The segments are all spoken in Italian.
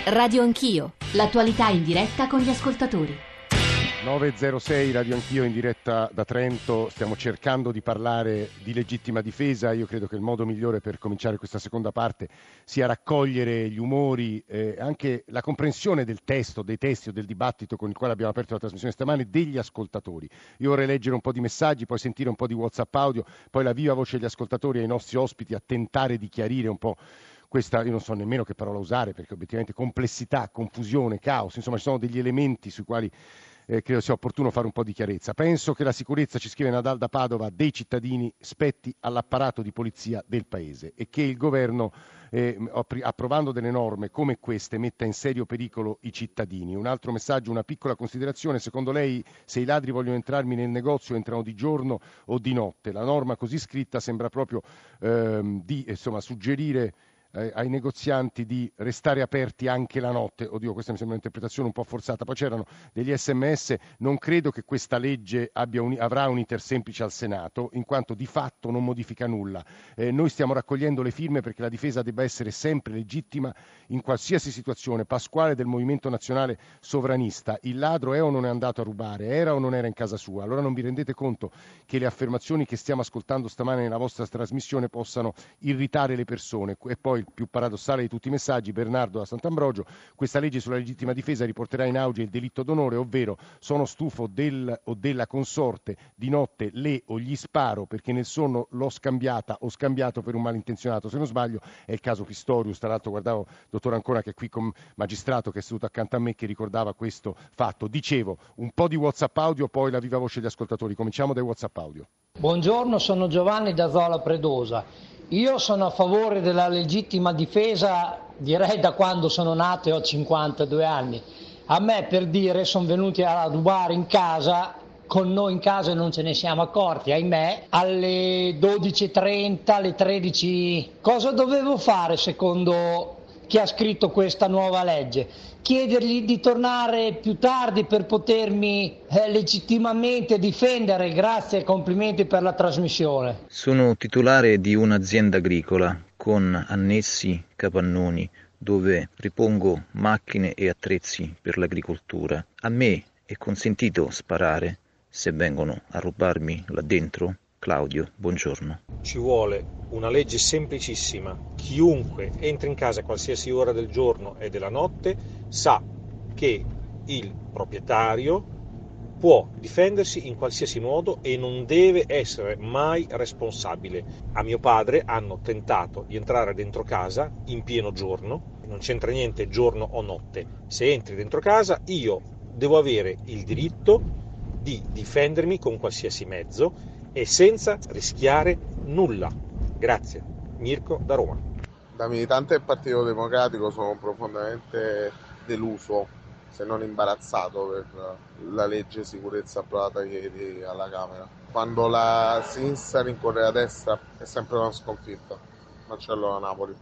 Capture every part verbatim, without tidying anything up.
Radio Anch'io, l'attualità in diretta con gli ascoltatori. nove e zero sei, Radio Anch'io in diretta da Trento. Stiamo cercando di parlare di legittima difesa. Io credo che il modo migliore per cominciare questa seconda parte sia raccogliere gli umori, eh, anche la comprensione del testo, dei testi o del dibattito con il quale abbiamo aperto la trasmissione stamane degli ascoltatori. Io vorrei leggere un po' di messaggi, poi sentire un po' di WhatsApp audio, poi la viva voce degli ascoltatori e ai nostri ospiti a tentare di chiarire un po' questa, io non so nemmeno che parola usare, perché obiettivamente complessità, confusione, caos, insomma ci sono degli elementi sui quali Eh, credo sia opportuno fare un po' di chiarezza. Penso che la sicurezza, ci scrive Nadal da Padova, dei cittadini spetti all'apparato di polizia del Paese e che il governo, eh, approvando delle norme come queste, metta in serio pericolo i cittadini. Un altro messaggio, una piccola considerazione: secondo lei, se i ladri vogliono entrarmi nel negozio, entrano di giorno o di notte? La norma così scritta sembra proprio ehm, di insomma, suggerire ai negozianti di restare aperti anche la notte. Oddio, questa mi sembra un'interpretazione un po' forzata. Poi c'erano degli sms, non credo che questa legge abbia un, avrà un iter semplice al Senato, in quanto di fatto non modifica nulla. Eh, noi stiamo raccogliendo le firme perché la difesa debba essere sempre legittima in qualsiasi situazione. Pasquale del Movimento Nazionale Sovranista: il ladro è o non è andato a rubare, era o non era in casa sua? Allora non vi rendete conto che le affermazioni che stiamo ascoltando stamane nella vostra trasmissione possano irritare le persone? E poi il più paradossale di tutti i messaggi, Bernardo da Sant'Ambrogio: questa legge sulla legittima difesa riporterà in auge il delitto d'onore, ovvero sono stufo del o della consorte, di notte le o gli sparo perché nel sonno l'ho scambiata o scambiato per un malintenzionato. Se non sbaglio è il caso Pistorius. Tra l'altro guardavo dottor Ancona, che è qui come magistrato, che è seduto accanto a me, che ricordava questo fatto. Dicevo, un po' di WhatsApp audio, poi la viva voce degli ascoltatori. Cominciamo dai WhatsApp audio. Buongiorno, sono Giovanni da Zola Predosa. Io sono a favore della legittima difesa, direi da quando sono nato e ho cinquantadue anni. A me, per dire, sono venuti a rubare in casa, con noi in casa non ce ne siamo accorti, ahimè, alle dodici e trenta, alle tredici. Cosa dovevo fare secondo chi ha scritto questa nuova legge? Chiedergli di tornare più tardi per potermi eh, legittimamente difendere. Grazie e complimenti per la trasmissione. Sono titolare di un'azienda agricola con annessi capannoni dove ripongo macchine e attrezzi per l'agricoltura. A me è consentito sparare se vengono a rubarmi là dentro? Claudio, buongiorno. Ci vuole una legge semplicissima. Chiunque entri in casa a qualsiasi ora del giorno e della notte sa che il proprietario può difendersi in qualsiasi modo e non deve essere mai responsabile. A mio padre hanno tentato di entrare dentro casa in pieno giorno, non c'entra niente giorno o notte. Se entri dentro casa io devo avere il diritto di difendermi con qualsiasi mezzo e senza rischiare nulla. Grazie. Mirko da Roma. Da militante del Partito Democratico sono profondamente deluso, se non imbarazzato, per la legge sicurezza approvata ieri alla Camera. Quando la sinistra rincorre la destra è sempre una sconfitta. Marcello da Napoli.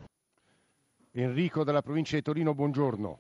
Enrico dalla provincia di Torino, buongiorno.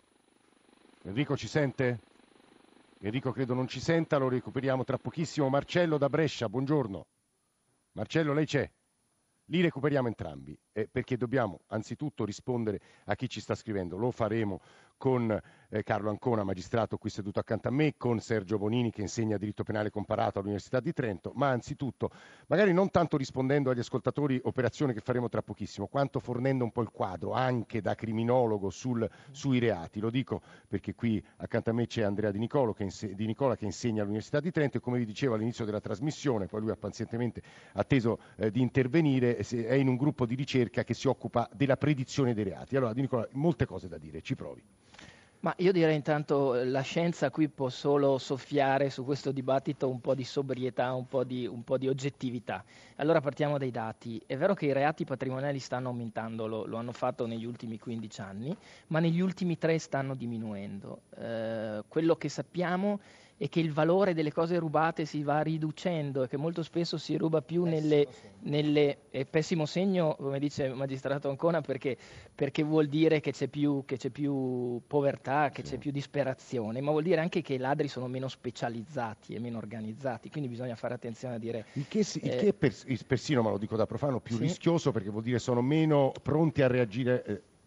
Enrico ci sente? Enrico credo non ci senta, lo recuperiamo tra pochissimo. Marcello da Brescia, buongiorno. Marcello, lei c'è? Li recuperiamo entrambi, eh, perché dobbiamo anzitutto rispondere a chi ci sta scrivendo. Lo faremo con eh, Carlo Ancona, magistrato qui seduto accanto a me, con Sergio Bonini che insegna diritto penale comparato all'Università di Trento, ma anzitutto magari non tanto rispondendo agli ascoltatori, operazione che faremo tra pochissimo, quanto fornendo un po' il quadro anche da criminologo sul, sui reati. Lo dico perché qui accanto a me c'è Andrea Di, Nicolo, che inse- Di Nicola che insegna all'Università di Trento e, come vi dicevo all'inizio della trasmissione, poi lui ha pazientemente atteso eh, di intervenire, è in un gruppo di ricerca che si occupa della predizione dei reati. Allora Di Nicola, molte cose da dire, ci provi. Ma io direi intanto la scienza qui può solo soffiare su questo dibattito un po' di sobrietà, un po' di, un po' di oggettività. Allora partiamo dai dati. È vero che i reati patrimoniali stanno aumentando, lo, lo hanno fatto negli ultimi quindici anni, ma negli ultimi tre stanno diminuendo. Eh, quello che sappiamo è che il valore delle cose rubate si va riducendo e che molto spesso si ruba più nelle... nelle è pessimo segno, come dice il magistrato Ancona, perché, perché vuol dire che c'è più, che c'è più povertà, che sì. c'è più disperazione, ma vuol dire anche che i ladri sono meno specializzati e meno organizzati, quindi bisogna fare attenzione a dire... Il che, il eh, che è pers- persino, ma lo dico da profano, più sì. rischioso, perché vuol dire sono meno pronti a reagire... Eh,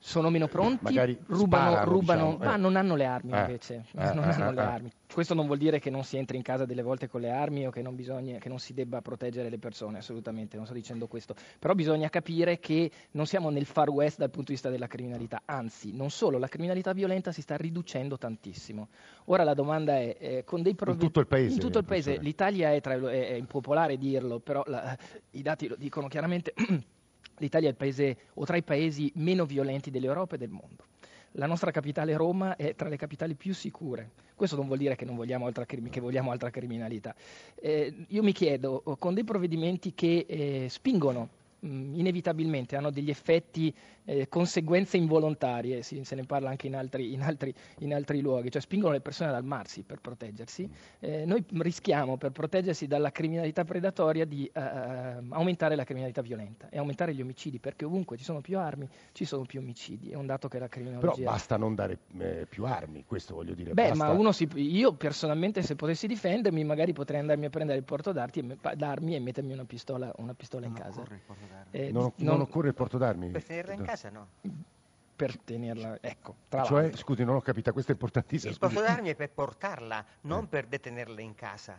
sono meno pronti, magari rubano, sparano, rubano diciamo, ma eh. non hanno le armi Eh, invece, eh, non eh, hanno eh, le eh. armi. Questo non vuol dire che non si entri in casa delle volte con le armi o che non bisogna, che non si debba proteggere le persone, assolutamente, non sto dicendo questo. Però bisogna capire che non siamo nel Far West dal punto di vista della criminalità, anzi, non solo, la criminalità violenta si sta riducendo tantissimo. Ora la domanda è, eh, con dei provved- In tutto il paese, in tutto il paese, professore. l'Italia è, tra, è, è impopolare dirlo, però la, i dati lo dicono chiaramente, l'Italia è il paese o tra i paesi meno violenti dell'Europa e del mondo. La nostra capitale Roma è tra le capitali più sicure. Questo non vuol dire che non vogliamo altra, crim- che vogliamo altra criminalità. Eh, io mi chiedo, con dei provvedimenti che eh, spingono mh, inevitabilmente, hanno degli effetti, eh, conseguenze involontarie, sì, se ne parla anche in altri, in, altri, in altri luoghi, cioè spingono le persone ad armarsi per proteggersi, eh, noi rischiamo per proteggersi dalla criminalità predatoria di eh, aumentare la criminalità violenta e aumentare gli omicidi, perché ovunque ci sono più armi ci sono più omicidi, è un dato che la criminologia... Però basta non dare eh, più armi, questo voglio dire. Beh, basta... ma uno si, io personalmente se potessi difendermi magari potrei andarmi a prendere il porto d'armi e, me- d'armi e mettermi una pistola, una pistola in Non casa. occorre il porto d'armi. Eh, non, di- non occorre il porto d'armi? Per tenerla in casa no. Per tenerla, ecco, tra Cioè, l'altro. scusi, non ho capito, questo è importantissimo. Il scusi. porto d'armi è per portarla, non per detenerla in casa.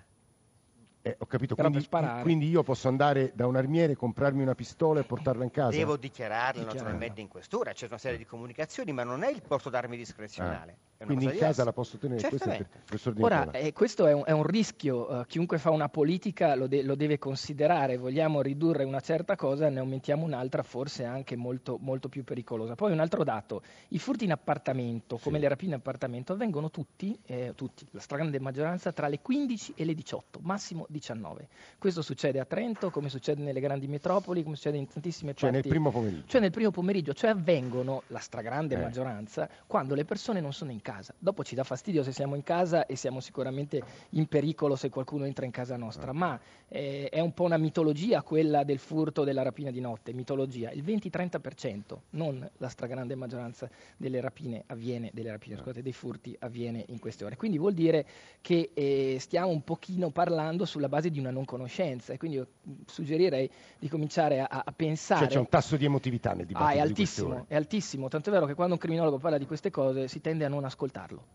Eh, ho capito, Però quindi, per sparare. quindi io posso andare da un armiere, comprarmi una pistola e portarla in casa? Devo dichiararla Dichiararla. naturalmente in questura, c'è una serie di comunicazioni, ma non è il porto d'armi discrezionale. È una Quindi in cosa casa diversa. la posso tenere? Questo è il Certamente. professor Di Ora, Nicola. eh, questo è un, è un rischio, eh, chiunque fa una politica lo, de- lo deve considerare, vogliamo ridurre una certa cosa, ne aumentiamo un'altra forse anche molto, molto più pericolosa. Poi un altro dato, i furti in appartamento, come Sì. le rapine in appartamento, avvengono tutti, eh, tutti, la stragrande maggioranza, tra le quindici e le diciotto, massimo diciannove. Questo succede a Trento, come succede nelle grandi metropoli, come succede in tantissime Cioè parti. nel primo pomeriggio. Cioè nel primo pomeriggio, cioè avvengono, la stragrande Eh. maggioranza, quando le persone non sono in casa. Dopo ci dà fastidio se siamo in casa e siamo sicuramente in pericolo se qualcuno entra in casa nostra, ma eh, è un po' una mitologia quella del furto, della rapina di notte, mitologia. Il venti-trenta per cento, non la stragrande maggioranza delle rapine avviene, delle rapine, scusate, dei furti avviene in queste ore. Quindi vuol dire che eh, stiamo un pochino parlando sulla base di una non conoscenza e quindi io suggerirei di cominciare a, a pensare... Cioè c'è un tasso di emotività nel dibattito Ah, è di queste altissimo, ore. è altissimo, tanto è vero che quando un criminologo parla di queste cose si tende a non ascoltarlo.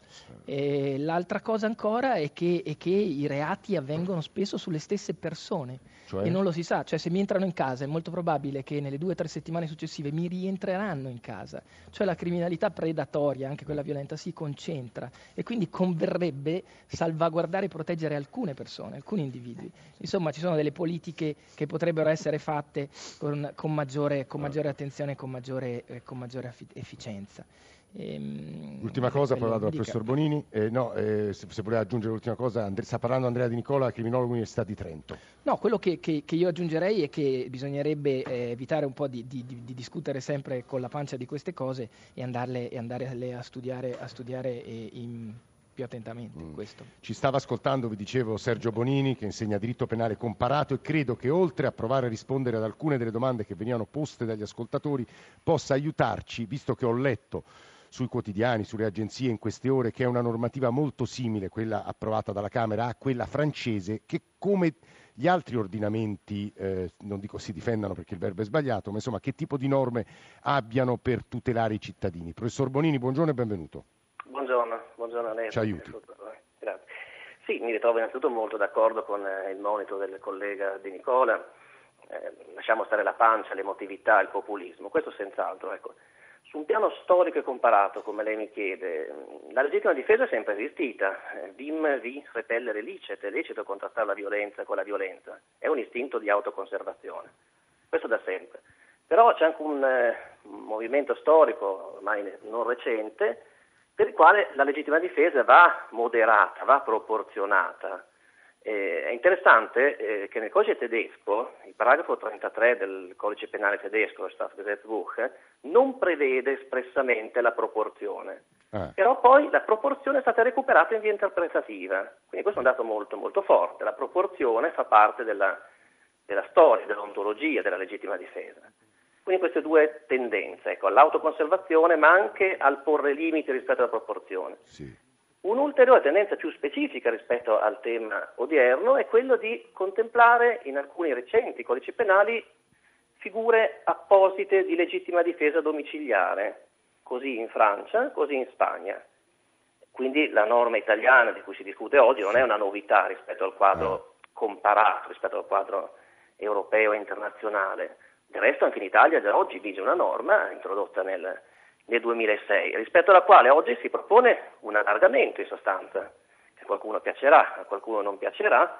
E l'altra cosa ancora è che, è che i reati avvengono spesso sulle stesse persone Cioè? e non lo si sa, cioè se mi entrano in casa è molto probabile che nelle due o tre settimane successive mi rientreranno in casa, cioè la criminalità predatoria, anche quella violenta, si concentra e quindi converrebbe salvaguardare e proteggere alcune persone, alcuni individui. Insomma ci sono delle politiche che potrebbero essere fatte con, con, maggiore, con maggiore attenzione e con maggiore, eh, con maggiore affi- efficienza. Ehm, L'ultima cosa, poi quello- vado al dica. professor Bonini. Eh, no, eh, se, se voleva aggiungere l'ultima cosa, Andre- sta parlando Andrea Di Nicola, criminologo all'Università di Trento. No, quello che, che- che io aggiungerei è che bisognerebbe eh, evitare un po' di, di- di- di discutere sempre con la pancia di queste cose e andarle, e andarle a studiare, a studiare eh, in- più attentamente. Mm. Questo. Ci stava ascoltando, vi dicevo, Sergio Bonini, che insegna diritto penale comparato, e credo che oltre a provare a rispondere ad alcune delle domande che venivano poste dagli ascoltatori, possa aiutarci, visto che ho letto sui quotidiani, sulle agenzie in queste ore, che è una normativa molto simile, quella approvata dalla Camera, a quella francese, che come gli altri ordinamenti, eh, non dico si difendano perché il verbo è sbagliato, ma insomma che tipo di norme abbiano per tutelare i cittadini. Professor Bonini, buongiorno e benvenuto. Buongiorno, buongiorno a lei. Ci aiuti. Grazie. Sì, mi ritrovo innanzitutto molto d'accordo con eh, il monito del collega Di Nicola, eh, lasciamo stare la pancia, l'emotività, il populismo, questo senz'altro, ecco. Su un piano storico e comparato, come lei mi chiede, la legittima difesa è sempre esistita, eh, vim vi repellere licet, è lecito contrastare la violenza con la violenza, è un istinto di autoconservazione, questo da sempre. Però c'è anche un, eh, un movimento storico, ormai non recente, per il quale la legittima difesa va moderata, va proporzionata. Eh, è interessante eh, che nel codice tedesco, il paragrafo trentatré del codice penale tedesco, lo Strafgesetzbuch, non prevede espressamente la proporzione. Ah. Però poi la proporzione è stata recuperata in via interpretativa. Quindi questo è un dato molto, molto forte. La proporzione fa parte della, della storia, dell'ontologia della legittima difesa. Quindi queste due tendenze, ecco, all'autoconservazione ma anche al porre limiti rispetto alla proporzione. Sì. Un'ulteriore tendenza più specifica rispetto al tema odierno è quello di contemplare in alcuni recenti codici penali figure apposite di legittima difesa domiciliare, così in Francia, così in Spagna. Quindi la norma italiana di cui si discute oggi non è una novità rispetto al quadro comparato, rispetto al quadro europeo e internazionale. Del resto anche in Italia già oggi vige una norma introdotta nel, nel duemilasei, rispetto alla quale oggi si propone un allargamento in sostanza, che a qualcuno piacerà, a qualcuno non piacerà.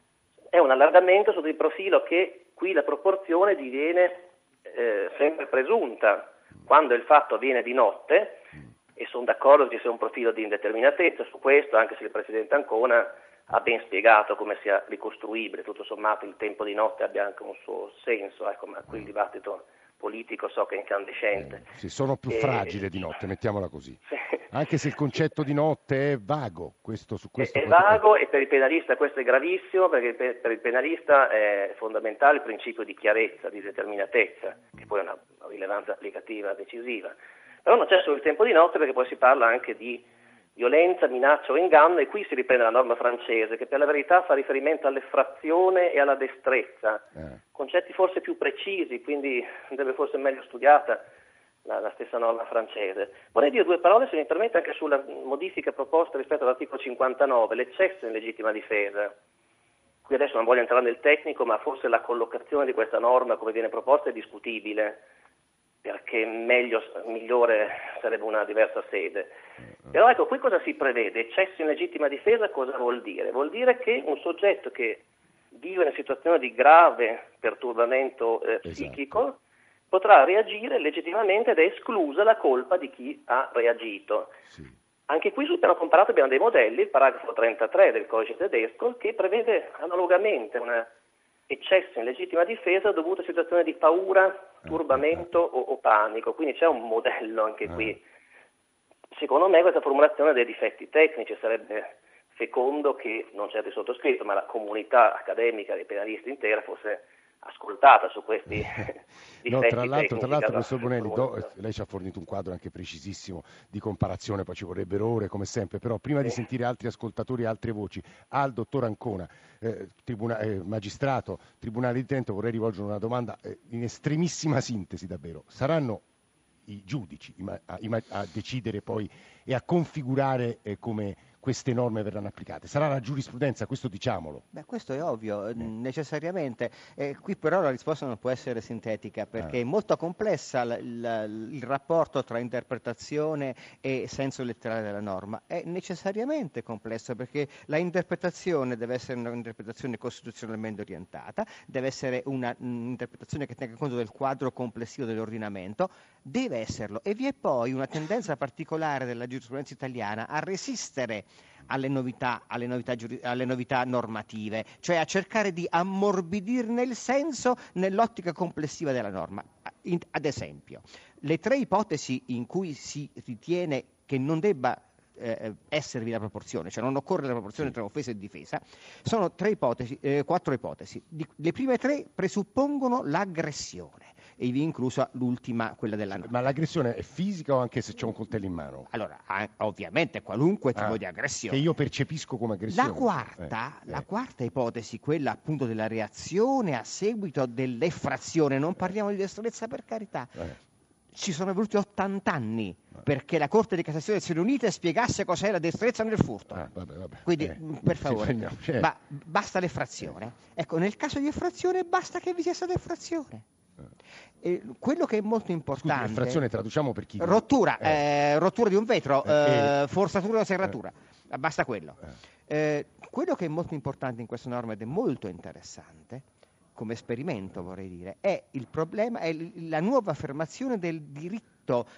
È un allargamento sotto il profilo che qui la proporzione diviene eh, sempre presunta quando il fatto avviene di notte, e sono d'accordo che ci sia un profilo di indeterminatezza su questo, anche se il Presidente Ancona ha ben spiegato come sia ricostruibile, tutto sommato il tempo di notte abbia anche un suo senso, ecco, ma qui il dibattito politico so che è incandescente. Eh, sì, sono più e... fragile di notte, mettiamola così. Sì. Anche se il concetto di notte è vago, questo su questo. È, è vago e per il penalista questo è gravissimo, perché per, per il penalista è fondamentale il principio di chiarezza, di determinatezza, che poi ha una, una rilevanza applicativa decisiva. Però non c'è solo il tempo di notte, perché poi si parla anche di violenza, minaccia o inganno, e qui si riprende la norma francese, che per la verità fa riferimento all'effrazione e alla destrezza, eh. concetti forse più precisi, quindi deve forse meglio studiata la, la stessa norma francese. Vorrei dire due parole, se mi permette, anche sulla modifica proposta rispetto all'articolo cinquantanove, l'eccesso in legittima difesa. Qui adesso non voglio entrare nel tecnico, ma forse la collocazione di questa norma come viene proposta è discutibile, perché meglio, migliore sarebbe una diversa sede. Però ecco, qui cosa si prevede? Eccesso in legittima difesa cosa vuol dire? Vuol dire che un soggetto che vive una situazione di grave perturbamento eh, psichico esatto. potrà reagire legittimamente ed è esclusa la colpa di chi ha reagito. Sì. Anche qui sul piano comparato abbiamo dei modelli, il paragrafo trentatré del codice tedesco, che prevede analogamente un eccesso in legittima difesa dovuto a situazioni di paura, turbamento o, o panico, quindi c'è un modello anche qui. Secondo me questa formulazione ha dei difetti tecnici, sarebbe fecondo che non certo il sottoscritto, ma la comunità accademica dei penalisti intera fosse ascoltata su questi difetti no, tra l'altro, tra l'altro tecnici. professor Bonelli, do, lei ci ha fornito un quadro anche precisissimo di comparazione, poi ci vorrebbero ore come sempre, però prima sì. di sentire altri ascoltatori e altre voci, al dottor Ancona, eh, tribuna, eh, magistrato, Tribunale di Trento, vorrei rivolgere una domanda eh, in estremissima sintesi davvero. Saranno i giudici a, a decidere poi e a configurare eh, come queste norme verranno applicate? Sarà la giurisprudenza, questo diciamolo. Beh, questo è ovvio, eh. necessariamente. Eh, qui però la risposta non può essere sintetica, perché eh. è molto complessa l- l- il rapporto tra interpretazione e senso letterale della norma. È necessariamente complesso, perché la interpretazione deve essere un'interpretazione costituzionalmente orientata, deve essere una, un'interpretazione che tenga conto del quadro complessivo dell'ordinamento, deve esserlo. E vi è poi una tendenza particolare della giurisprudenza italiana a resistere alle novità, alle novità, giuri, alle novità normative, cioè a cercare di ammorbidirne il senso nell'ottica complessiva della norma. In, ad esempio, le tre ipotesi in cui si ritiene che non debba eh, esservi la proporzione, cioè non occorre la proporzione tra offesa e difesa, sono tre ipotesi, eh, quattro ipotesi. Di, le prime tre presuppongono l'aggressione, e ivi inclusa l'ultima, quella della norma. Ma l'aggressione è fisica o anche se c'è un coltello in mano? Allora, ah, ovviamente qualunque tipo ah, di aggressione. Che io percepisco come aggressione. La quarta, eh, la eh. quarta ipotesi, quella appunto della reazione a seguito dell'effrazione, non parliamo di destrezza per carità, eh. ci sono voluti ottanta anni eh. perché la Corte di Cassazione delle Nazioni Unite spiegasse cos'è la destrezza nel furto. Ah, vabbè, vabbè. Quindi, eh. per favore, eh. ba- basta l'effrazione. Ecco, nel caso di effrazione basta che vi sia stata effrazione. Eh, quello che è molto importante. Scusi, effrazione traduciamo per chi? Rottura, eh. Eh, rottura di un vetro, eh, eh, forzatura o serratura, eh. basta quello. Eh. Eh, quello che è molto importante in questa norma ed è molto interessante, come esperimento vorrei dire, è il problema, è l- la nuova affermazione del diritto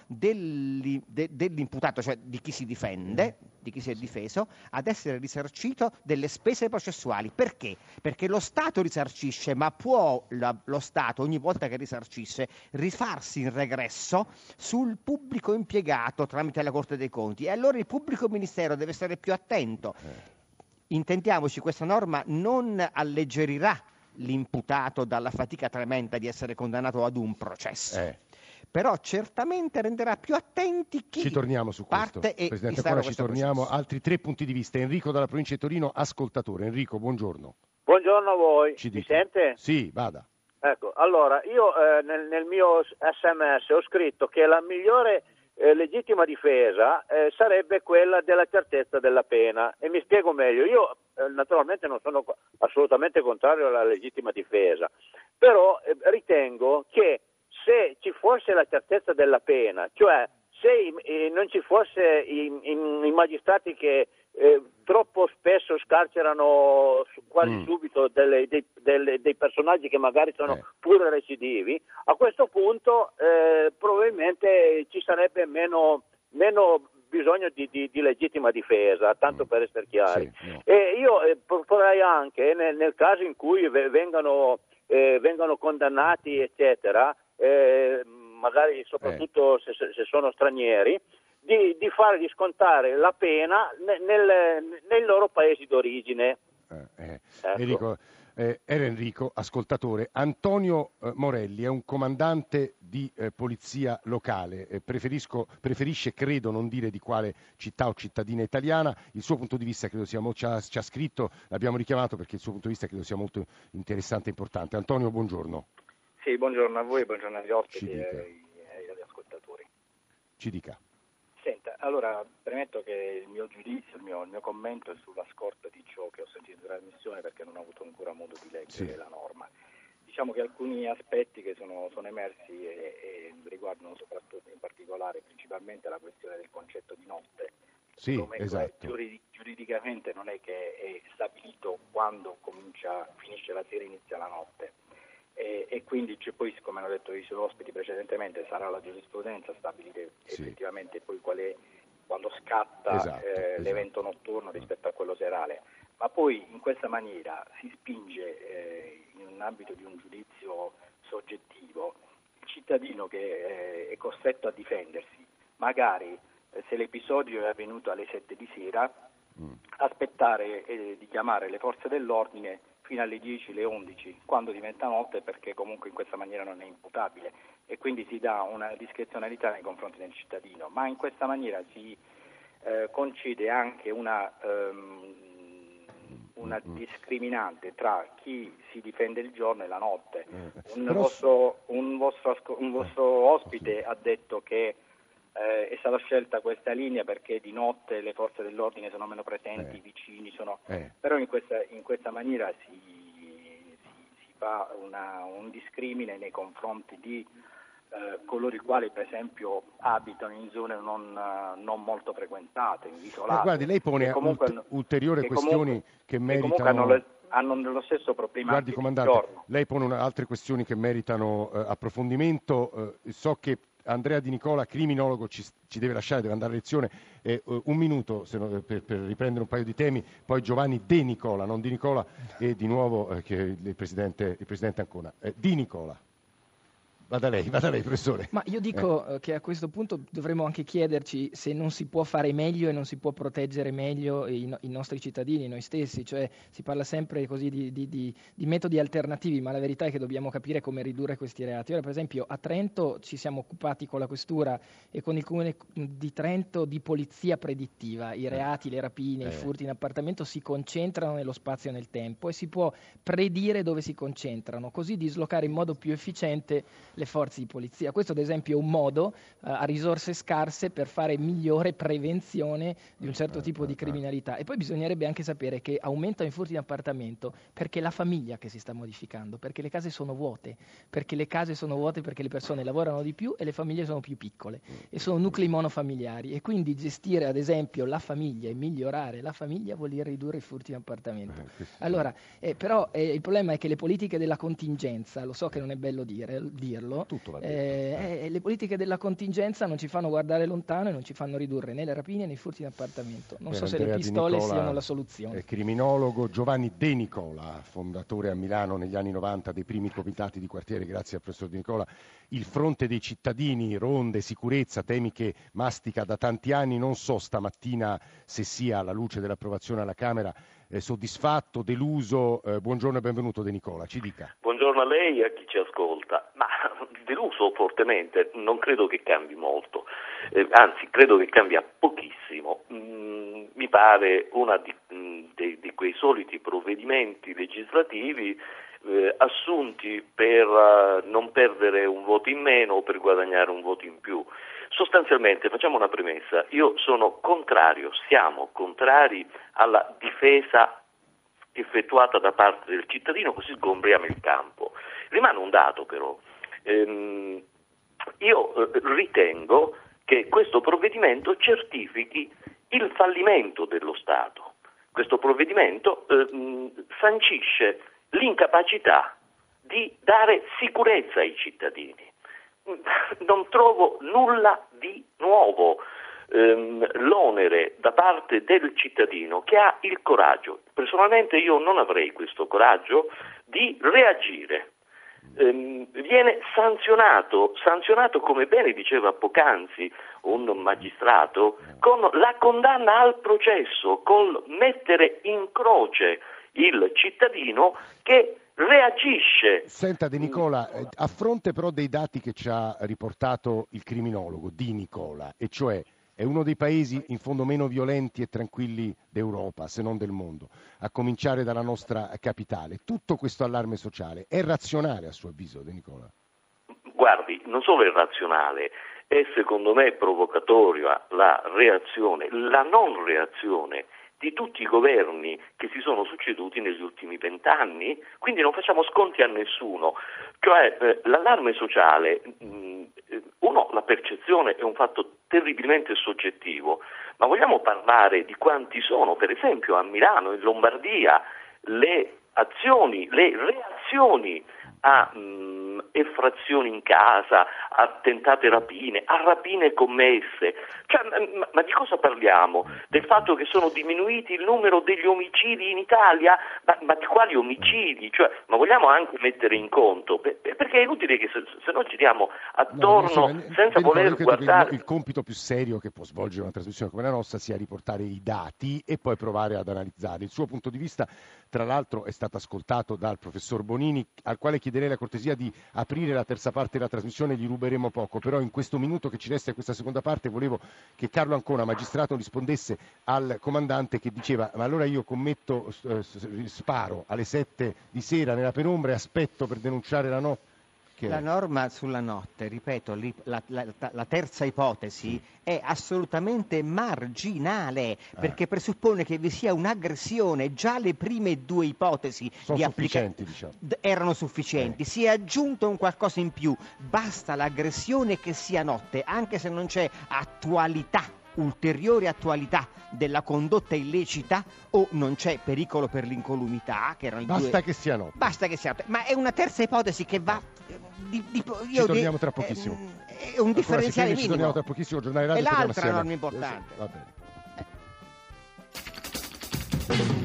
degli, de, dell'imputato, cioè di chi si difende, di chi si è difeso, ad essere risarcito delle spese processuali. Perché? Perché lo Stato risarcisce, ma può la, lo Stato ogni volta che risarcisce rifarsi in regresso sul pubblico impiegato tramite la Corte dei Conti, e allora il pubblico ministero deve stare più attento. Intendiamoci, questa norma non alleggerirà l'imputato dalla fatica tremenda di essere condannato ad un processo. Eh. Però certamente renderà più attenti chi ci torniamo su questo. parte e Presidente Ancona, ci torniamo. Processo. Altri tre punti di vista. Enrico dalla provincia di Torino, ascoltatore. Enrico, buongiorno. Buongiorno a voi. Ci Mi sente? Sì, vada. Ecco, allora io eh, nel, nel mio sms ho scritto che la migliore eh, legittima difesa eh, sarebbe quella della certezza della pena, e mi spiego meglio. Io eh, naturalmente non sono assolutamente contrario alla legittima difesa, però eh, ritengo che se ci fosse la certezza della pena, cioè se eh, non ci fosse i, i, i magistrati che eh, troppo spesso scarcerano quasi mm. subito delle, dei, delle, dei personaggi che magari sono eh. pure recidivi, a questo punto eh, probabilmente ci sarebbe meno, meno bisogno di, di, di legittima difesa, tanto mm. per essere chiari. Sì, no. E io eh, vorrei anche, nel, nel caso in cui vengano, eh, vengano condannati, eccetera, eh, magari soprattutto eh. se, se sono stranieri, Di, di fargli scontare la pena nel, nel, nei loro paesi d'origine. Eh, eh. Ecco. Enrico, eh, era Enrico, ascoltatore. Antonio eh, Morelli è un comandante di eh, polizia locale, eh, preferisco, preferisce, credo, non dire di quale città o cittadina italiana. Il suo punto di vista credo sia, ci ha, ci ha scritto, l'abbiamo richiamato perché il suo punto di vista credo sia molto interessante e importante. Antonio, buongiorno. Sì, buongiorno a voi, buongiorno agli ospiti e agli ascoltatori. Ci dica. Senta, allora premetto che il mio giudizio, il mio, il mio commento è sulla scorta di ciò che ho sentito in trasmissione, perché non ho avuto ancora modo di leggere sì. la norma. Diciamo che alcuni aspetti che sono, sono emersi e, e riguardano soprattutto in particolare principalmente la questione del concetto di notte. Sì, Come esatto. Giuridic- giuridicamente non è che è stabilito quando comincia, finisce la sera e inizia la notte. E, e quindi c'è poi, come hanno detto i suoi ospiti precedentemente, sarà la giurisprudenza a stabilire sì. effettivamente poi qual è, quando scatta esatto, eh, esatto. l'evento notturno rispetto a quello serale. Ma poi in questa maniera si spinge eh, in un ambito di un giudizio soggettivo il cittadino che eh, è costretto a difendersi, magari eh, se l'episodio è avvenuto alle sette di sera, mm. aspettare eh, di chiamare le forze dell'ordine fino alle dieci, le undici, quando diventa notte, perché comunque in questa maniera non è imputabile e quindi si dà una discrezionalità nei confronti del cittadino, ma in questa maniera si eh, concede anche una, um, una discriminante tra chi si difende il giorno e la notte. Un vostro, un vostro, un vostro ospite ha detto che Eh, è stata scelta questa linea perché di notte le forze dell'ordine sono meno presenti, eh. i vicini sono... Eh. Però in questa, in questa maniera si, si, si fa una, un discrimine nei confronti di eh, coloro i quali per esempio abitano in zone non, non molto frequentate, isolate. Eh, guardi, lei pone comunque, ult- ulteriori che questioni comunque, che meritano... Che meritano... hanno, le, hanno lo stesso problema. Guardi, comandante, lei pone una, altre questioni che meritano eh, approfondimento. Eh, so che Andrea Di Nicola, criminologo, ci, ci deve lasciare, deve andare a lezione. Eh, un minuto se no, per, per riprendere un paio di temi, poi Giovanni De Nicola, non Di Nicola, e di nuovo eh, che il presidente, il presidente Ancona. Eh, Di Nicola. Vada lei, vada lei, professore. Ma io dico eh. che a questo punto dovremmo anche chiederci se non si può fare meglio e non si può proteggere meglio i, no- i nostri cittadini, noi stessi. Cioè si parla sempre così di, di, di, di metodi alternativi, ma la verità è che dobbiamo capire come ridurre questi reati. Ora, per esempio, a Trento ci siamo occupati con la questura e con il comune di Trento di polizia predittiva. I reati, le rapine, eh. i furti in appartamento si concentrano nello spazio e nel tempo e si può predire dove si concentrano, così dislocare in modo più efficiente le forze di polizia. Questo ad esempio è un modo uh, a risorse scarse per fare migliore prevenzione di un certo tipo di criminalità. E poi bisognerebbe anche sapere che aumentano i furti in appartamento perché è la famiglia che si sta modificando, perché le case sono vuote, perché le case sono vuote perché le persone lavorano di più e le famiglie sono più piccole e sono nuclei monofamiliari, e quindi gestire ad esempio la famiglia e migliorare la famiglia vuol dire ridurre i furti in appartamento. Allora, eh, però eh, il problema è che le politiche della contingenza, lo so che non è bello dire, dirlo, Tutto va eh, eh, le politiche della contingenza non ci fanno guardare lontano e non ci fanno ridurre né le rapine né i furti in appartamento. Non per so Andrea se le pistole Nicola, siano la soluzione. È criminologo. Giovanni De Nicola, fondatore a Milano negli anni novanta dei primi comitati di quartiere, grazie al professor De Nicola. Il fronte dei cittadini, ronde, sicurezza, temi che mastica da tanti anni. Non so stamattina se sia alla luce dell'approvazione alla Camera eh, soddisfatto, deluso. Eh, buongiorno e benvenuto De Nicola, ci dica. Buongiorno a lei e a chi ci ascolta. Ma deluso fortemente, non credo che cambi molto, eh, anzi credo che cambia pochissimo. Mm, mi pare uno di, di, di quei soliti provvedimenti legislativi eh, assunti per uh, non perdere un voto in meno o per guadagnare un voto in più. Sostanzialmente, facciamo una premessa, io sono contrario, siamo contrari alla difesa effettuata da parte del cittadino, così sgombriamo il campo. Rimane un dato però, ehm, io eh, ritengo che questo provvedimento certifichi il fallimento dello Stato. Questo provvedimento eh, sancisce l'incapacità di dare sicurezza ai cittadini. Non trovo nulla di nuovo. Ehm, l'onere da parte del cittadino che ha il coraggio, personalmente io non avrei questo coraggio, di reagire. Ehm, viene sanzionato, sanzionato come bene diceva poc'anzi un magistrato, con la condanna al processo, col mettere in croce il cittadino che reagisce. Senta De Nicola, a fronte però dei dati che ci ha riportato il criminologo Di Nicola, e cioè è uno dei paesi in fondo meno violenti e tranquilli d'Europa, se non del mondo, a cominciare dalla nostra capitale, tutto questo allarme sociale è razionale a suo avviso, De Nicola? Guardi, non solo è razionale, è secondo me provocatoria la reazione, la non reazione di tutti i governi che si sono succeduti negli ultimi vent'anni, quindi non facciamo sconti a nessuno. Cioè eh, l'allarme sociale, mh, uno, la percezione è un fatto terribilmente soggettivo, ma vogliamo parlare di quanti sono, per esempio a Milano, in Lombardia, le azioni, le reazioni a mh, effrazioni in casa, a tentate rapine, a rapine commesse. Cioè, ma, ma di cosa parliamo? Del fatto che sono diminuiti il numero degli omicidi in Italia? Ma, ma di quali omicidi? Cioè, ma vogliamo anche mettere in conto? Perché è inutile che se, se noi giriamo attorno no, so, senza voler guardare... Il, il compito più serio che può svolgere una trasmissione come la nostra sia riportare i dati e poi provare ad analizzare. Il suo punto di vista, tra l'altro, è stato ascoltato dal professor Bonini, al quale chiederei la cortesia di aprire la terza parte della trasmissione, gli ruberemo poco, però in questo minuto che ci resta in questa seconda parte volevo che Carlo Ancona, magistrato, rispondesse al comandante che diceva ma allora io commetto eh, sparo alle sette di sera nella penombra e aspetto per denunciare la notte. La norma sulla notte, ripeto, la, la, la terza ipotesi è assolutamente marginale, perché presuppone che vi sia un'aggressione. Già le prime due ipotesi Sono di sufficienti, applica- diciamo. d- erano sufficienti. Eh. Si è aggiunto un qualcosa in più, basta l'aggressione che sia notte, anche se non c'è attualità, ulteriore attualità della condotta illecita o non c'è pericolo per l'incolumità, che erano i basta due... che sia notte. Basta che sia notte, ma è una terza ipotesi che va di, di, io ci torniamo di, tra pochissimo. È, è un differenziale minimo. Ci torniamo tra pochissimo, giornale radio. È l'altra norma importante. Va bene.